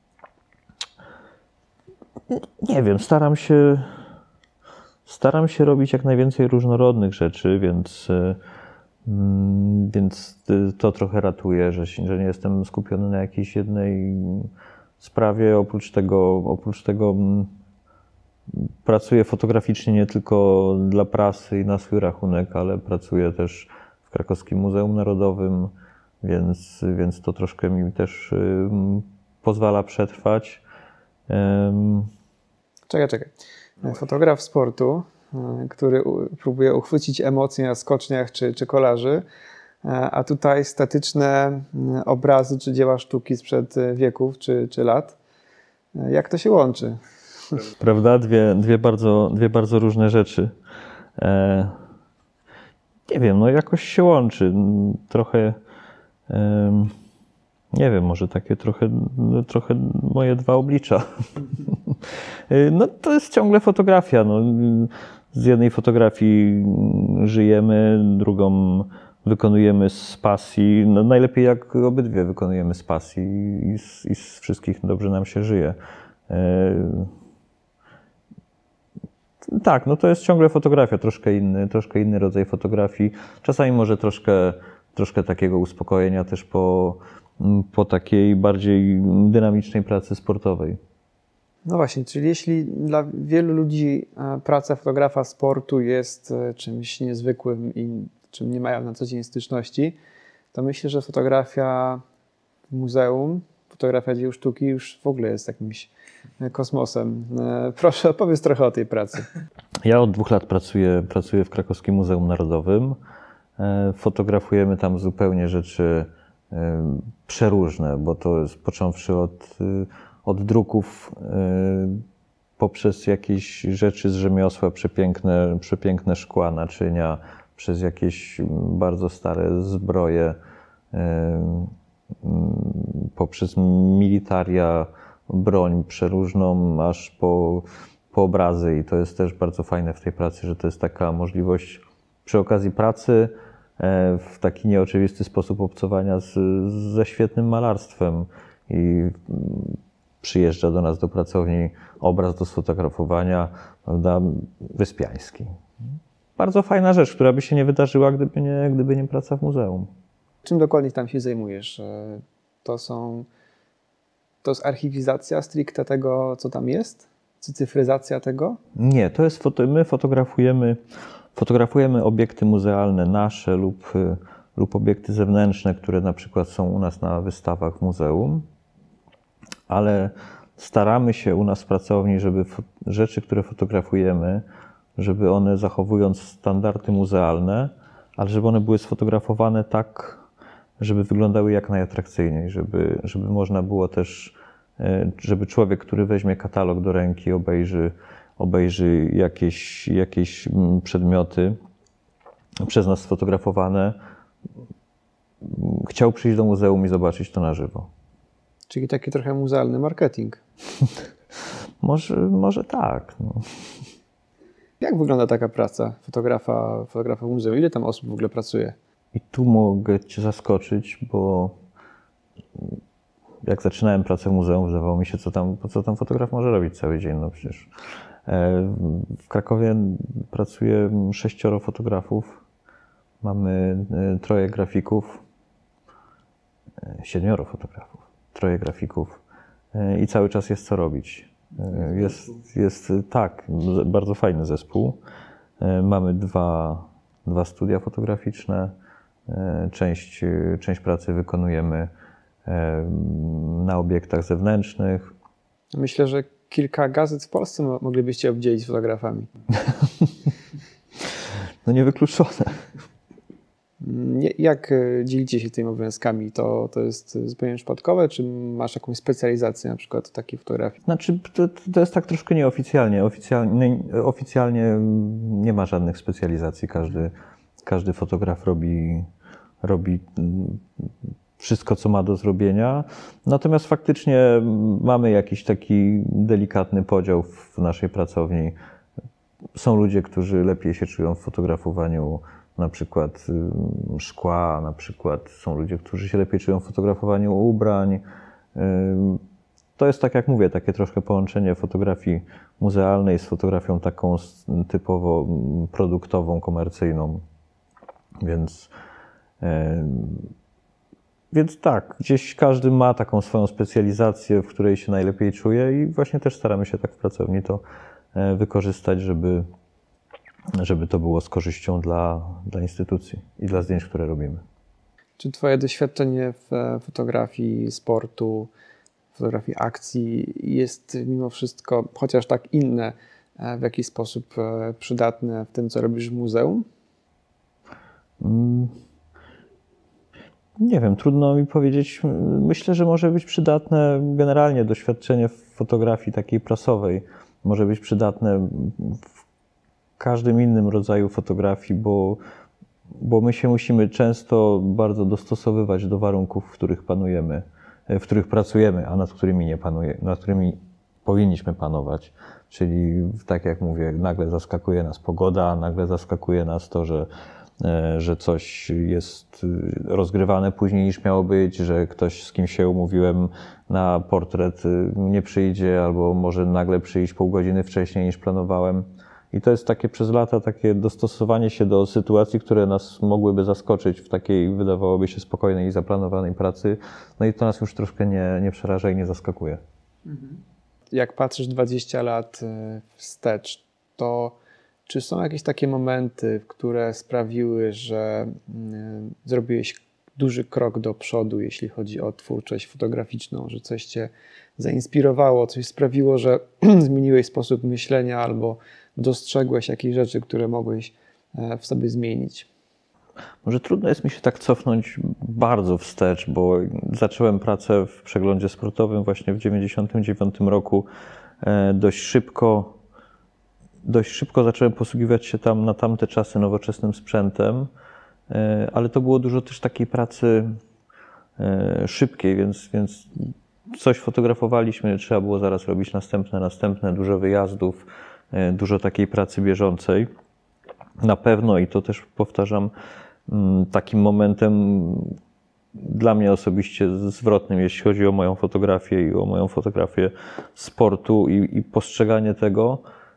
A: Nie wiem, staram się... Staram się robić jak najwięcej różnorodnych rzeczy, więc, więc to trochę ratuje, że, że nie jestem skupiony na jakiejś jednej sprawie. Oprócz tego, oprócz tego pracuję fotograficznie nie tylko dla prasy i na swój rachunek, ale pracuję też w Krakowskim Muzeum Narodowym, więc, więc to troszkę mi też pozwala przetrwać.
B: Czekaj, czekaj. Fotograf sportu, który próbuje uchwycić emocje na skoczniach czy, czy kolaży, a tutaj statyczne obrazy czy dzieła sztuki sprzed wieków czy, czy lat. Jak to się łączy?
A: Prawda? Dwie, dwie, bardzo, dwie bardzo różne rzeczy. E, nie wiem, no jakoś się łączy. Trochę, e, nie wiem, może takie trochę, no, trochę moje dwa oblicza. No to jest ciągle fotografia. No. Z jednej fotografii żyjemy, drugą wykonujemy z pasji. No, najlepiej jak obydwie wykonujemy z pasji i z, i z wszystkich dobrze nam się żyje. E, Tak, no to jest ciągle fotografia, troszkę inny, troszkę inny rodzaj fotografii. Czasami może troszkę, troszkę takiego uspokojenia też po, po takiej bardziej dynamicznej pracy sportowej.
B: No właśnie, czyli jeśli dla wielu ludzi praca fotografa sportu jest czymś niezwykłym i czym nie mają na co dzień styczności, to myślę, że fotografia w muzeum, fotografia dzieł sztuki już w ogóle jest jakimś kosmosem. Proszę, opowiedz trochę o tej pracy.
A: Ja od dwóch lat pracuję, pracuję w Krakowskim Muzeum Narodowym. Fotografujemy tam zupełnie rzeczy przeróżne, bo to jest począwszy od, od druków poprzez jakieś rzeczy z rzemiosła, przepiękne, przepiękne szkła, naczynia, przez jakieś bardzo stare zbroje, poprzez militaria, broń przeróżną, aż po, po obrazy. I to jest też bardzo fajne w tej pracy, że to jest taka możliwość przy okazji pracy w taki nieoczywisty sposób obcowania z, ze świetnym malarstwem. I przyjeżdża do nas do pracowni obraz do sfotografowania, prawda, wyspiański. Bardzo fajna rzecz, która by się nie wydarzyła, gdyby nie, gdyby nie praca w muzeum.
B: Czym dokładnie tam się zajmujesz? To są... To jest archiwizacja stricte tego, co tam jest? Czy cyfryzacja tego?
A: Nie, to jest foto, my fotografujemy, fotografujemy obiekty muzealne nasze lub, lub obiekty zewnętrzne, które na przykład są u nas na wystawach w muzeum, ale staramy się u nas w pracowni, żeby rzeczy, które fotografujemy, żeby one zachowując standardy muzealne, ale żeby one były sfotografowane tak, żeby wyglądały jak najatrakcyjniej, żeby, żeby można było też, żeby człowiek, który weźmie katalog do ręki, obejrzy, obejrzy jakieś, jakieś przedmioty przez nas sfotografowane, chciał przyjść do muzeum i zobaczyć to na żywo.
B: Czyli taki trochę muzealny marketing.
A: może, może tak. No.
B: Jak wygląda taka praca fotografa, fotografa w muzeum? Ile tam osób w ogóle pracuje?
A: I tu mogę Cię zaskoczyć, bo jak zaczynałem pracę w muzeum, wydawało mi się, co tam, co tam fotograf może robić cały dzień. No przecież w Krakowie pracuje sześcioro fotografów, mamy troje grafików, siedmioro fotografów, troje grafików i cały czas jest co robić. Jest, jest tak, bardzo fajny zespół. Mamy dwa, dwa studia fotograficzne. Część, część pracy wykonujemy na obiektach zewnętrznych.
B: Myślę, że kilka gazet w Polsce moglibyście obdzielić fotografami.
A: No niewykluczone.
B: Jak dzielicie się tymi obowiązkami? To, to jest zupełnie przypadkowe, czy masz jakąś specjalizację na przykład w takiej fotografii?
A: Znaczy, to, to jest tak troszkę nieoficjalnie. Oficjalnie, oficjalnie nie ma żadnych specjalizacji. Każdy, każdy fotograf robi, robi wszystko, co ma do zrobienia. Natomiast faktycznie mamy jakiś taki delikatny podział w naszej pracowni. Są ludzie, którzy lepiej się czują w fotografowaniu na przykład szkła, na przykład są ludzie, którzy się lepiej czują w fotografowaniu ubrań. To jest, tak jak mówię, takie troszkę połączenie fotografii muzealnej z fotografią taką typowo produktową, komercyjną. Więc, więc tak, gdzieś każdy ma taką swoją specjalizację, w której się najlepiej czuje i właśnie też staramy się tak w pracowni to, wykorzystać, żeby, żeby to było z korzyścią dla, dla instytucji i dla zdjęć, które robimy.
B: Czy Twoje doświadczenie w fotografii sportu, fotografii akcji jest mimo wszystko, chociaż tak inne, w jakiś sposób przydatne w tym, co robisz w muzeum?
A: Nie wiem, trudno mi powiedzieć. Myślę, że może być przydatne generalnie doświadczenie w fotografii takiej prasowej. Może być przydatne w każdym innym rodzaju fotografii, bo, bo my się musimy często bardzo dostosowywać do warunków, w których panujemy, w których pracujemy, a nad którymi nie panuje, nad którymi powinniśmy panować. Czyli tak jak mówię, nagle zaskakuje nas pogoda, nagle zaskakuje nas to, że że coś jest rozgrywane później niż miało być, że ktoś, z kim się umówiłem na portret, nie przyjdzie albo może nagle przyjść pół godziny wcześniej niż planowałem. I to jest takie przez lata takie dostosowanie się do sytuacji, które nas mogłyby zaskoczyć w takiej, wydawałoby się, spokojnej i zaplanowanej pracy. No i to nas już troszkę nie, nie przeraża i nie zaskakuje.
B: Jak patrzysz dwadzieścia lat wstecz, to czy są jakieś takie momenty, które sprawiły, że zrobiłeś duży krok do przodu, jeśli chodzi o twórczość fotograficzną, że coś cię zainspirowało, coś sprawiło, że zmieniłeś sposób myślenia albo dostrzegłeś jakieś rzeczy, które mogłeś w sobie zmienić?
A: Może trudno jest mi się tak cofnąć bardzo wstecz, bo zacząłem pracę w przeglądzie sportowym właśnie w dziewięćdziesiątym dziewiątym roku. Dość szybko Dość szybko zacząłem posługiwać się tam na tamte czasy nowoczesnym sprzętem, ale to było dużo też takiej pracy szybkiej, więc, więc coś fotografowaliśmy, trzeba było zaraz robić następne, następne, dużo wyjazdów, dużo takiej pracy bieżącej. Na pewno, i to też powtarzam, takim momentem dla mnie osobiście zwrotnym, jeśli chodzi o moją fotografię i o moją fotografię sportu i, i postrzeganie tego,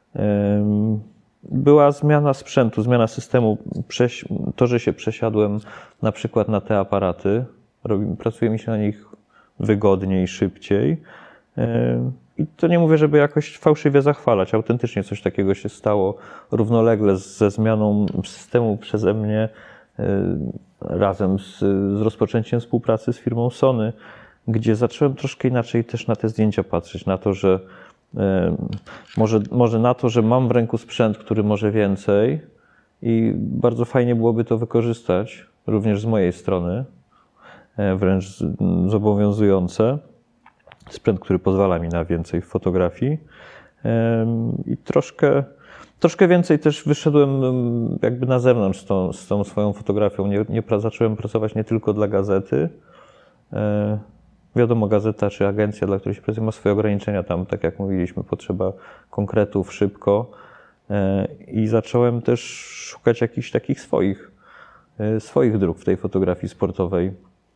A: była zmiana sprzętu, zmiana systemu, to, że się przesiadłem na przykład na te aparaty, pracuje mi się na nich wygodniej, szybciej. I to nie mówię, żeby jakoś fałszywie zachwalać, autentycznie coś takiego się stało równolegle ze zmianą systemu przeze mnie, razem z, z rozpoczęciem współpracy z firmą Sony, gdzie zacząłem troszkę inaczej też na te zdjęcia patrzeć, na to, że Może, może na to, że mam w ręku sprzęt, który może więcej i bardzo fajnie byłoby to wykorzystać, również z mojej strony, wręcz zobowiązujące. Sprzęt, który pozwala mi na więcej w fotografii i troszkę, troszkę więcej też wyszedłem jakby na zewnątrz z tą, z tą swoją fotografią. Nie, nie, zacząłem pracować nie tylko dla gazety. Wiadomo, gazeta czy agencja, dla której się pracuje, ma swoje ograniczenia. Tam, tak jak mówiliśmy, potrzeba konkretów szybko. I zacząłem też szukać jakichś takich swoich, swoich dróg w tej fotografii sportowej.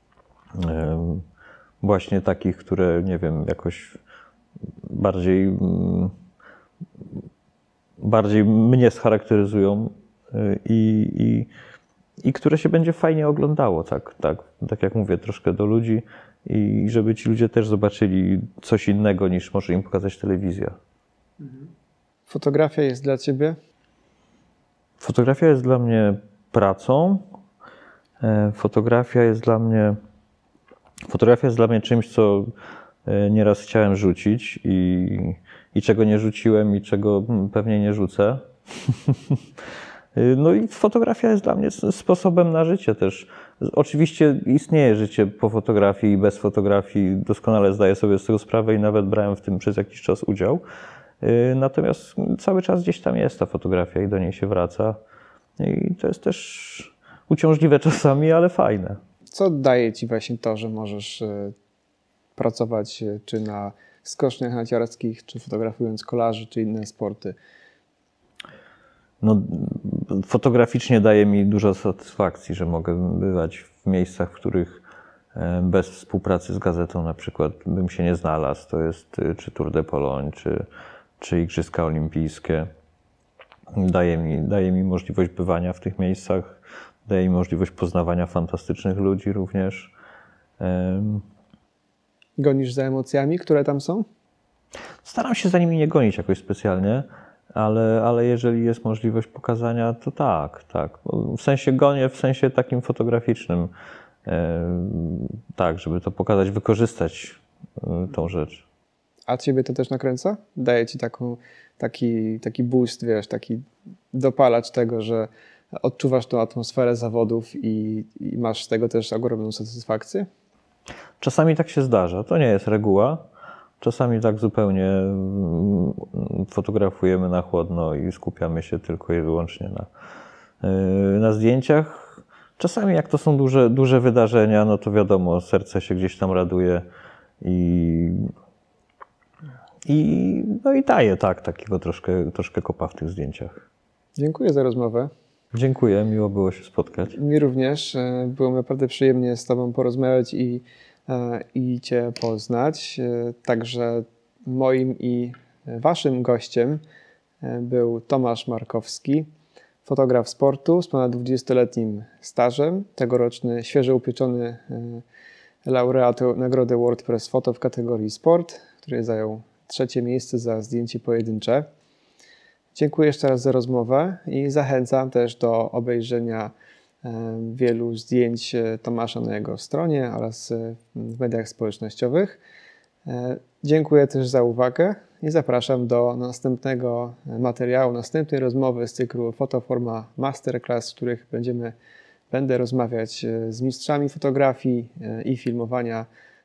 A: Właśnie takich, które, nie wiem, jakoś bardziej, bardziej mnie scharakteryzują i, i, i które się będzie fajnie oglądało, tak, tak, tak jak mówię, troszkę do ludzi. I żeby ci ludzie też zobaczyli coś innego, niż może im pokazać telewizja.
B: Fotografia jest dla ciebie?
A: Fotografia jest dla mnie pracą. Fotografia jest dla mnie, fotografia jest dla mnie czymś, co nieraz chciałem rzucić i, i czego nie rzuciłem i czego pewnie nie rzucę. No i fotografia jest dla mnie sposobem na życie też. Oczywiście istnieje życie po fotografii i bez fotografii, doskonale zdaję sobie z tego sprawę i nawet brałem w tym przez jakiś czas udział. Natomiast cały czas gdzieś tam jest ta fotografia i do niej się wraca. I to jest też uciążliwe czasami, ale fajne.
B: Co daje ci właśnie to, że możesz pracować czy na skoczniach narciarskich, czy fotografując kolarzy, czy inne sporty?
A: No, fotograficznie daje mi dużo satysfakcji, że mogę bywać w miejscach, w których bez współpracy z gazetą na przykład bym się nie znalazł. To jest czy Tour de Pologne, czy, czy Igrzyska Olimpijskie. Daje mi, daje mi możliwość bywania w tych miejscach, daje mi możliwość poznawania fantastycznych ludzi również.
B: Gonisz za emocjami, które tam są?
A: Staram się za nimi nie gonić jakoś specjalnie. ale, ale jeżeli jest możliwość pokazania, to tak, tak. W sensie gonię, w sensie takim fotograficznym, tak, żeby to pokazać, wykorzystać tą rzecz.
B: A ciebie to też nakręca? Daje ci taką, taki, taki boost, wiesz, taki dopalacz tego, że odczuwasz tą atmosferę zawodów i, i masz z tego też ogromną satysfakcję?
A: Czasami tak się zdarza, to nie jest reguła. Czasami tak zupełnie fotografujemy na chłodno i skupiamy się tylko i wyłącznie na, na zdjęciach. Czasami jak to są duże, duże wydarzenia, no to wiadomo, serce się gdzieś tam raduje i, i, no i daje tak, takiego troszkę, troszkę kopa w tych zdjęciach.
B: Dziękuję za rozmowę.
A: Dziękuję, miło było się spotkać.
B: Mi również. Było naprawdę przyjemnie z Tobą porozmawiać i, i Cię poznać. Także moim i Waszym gościem był Tomasz Markowski, fotograf sportu z ponad dwudziestoletnim stażem, tegoroczny świeżo upieczony laureat nagrody WordPress Photo w kategorii sport, który zajął trzecie miejsce za zdjęcie pojedyncze. Dziękuję jeszcze raz za rozmowę i zachęcam też do obejrzenia wielu zdjęć Tomasza na jego stronie oraz w mediach społecznościowych. Dziękuję też za uwagę i zapraszam do następnego materiału, następnej rozmowy z cyklu Fotoforma Masterclass, w których będziemy, będę rozmawiać z mistrzami fotografii i filmowania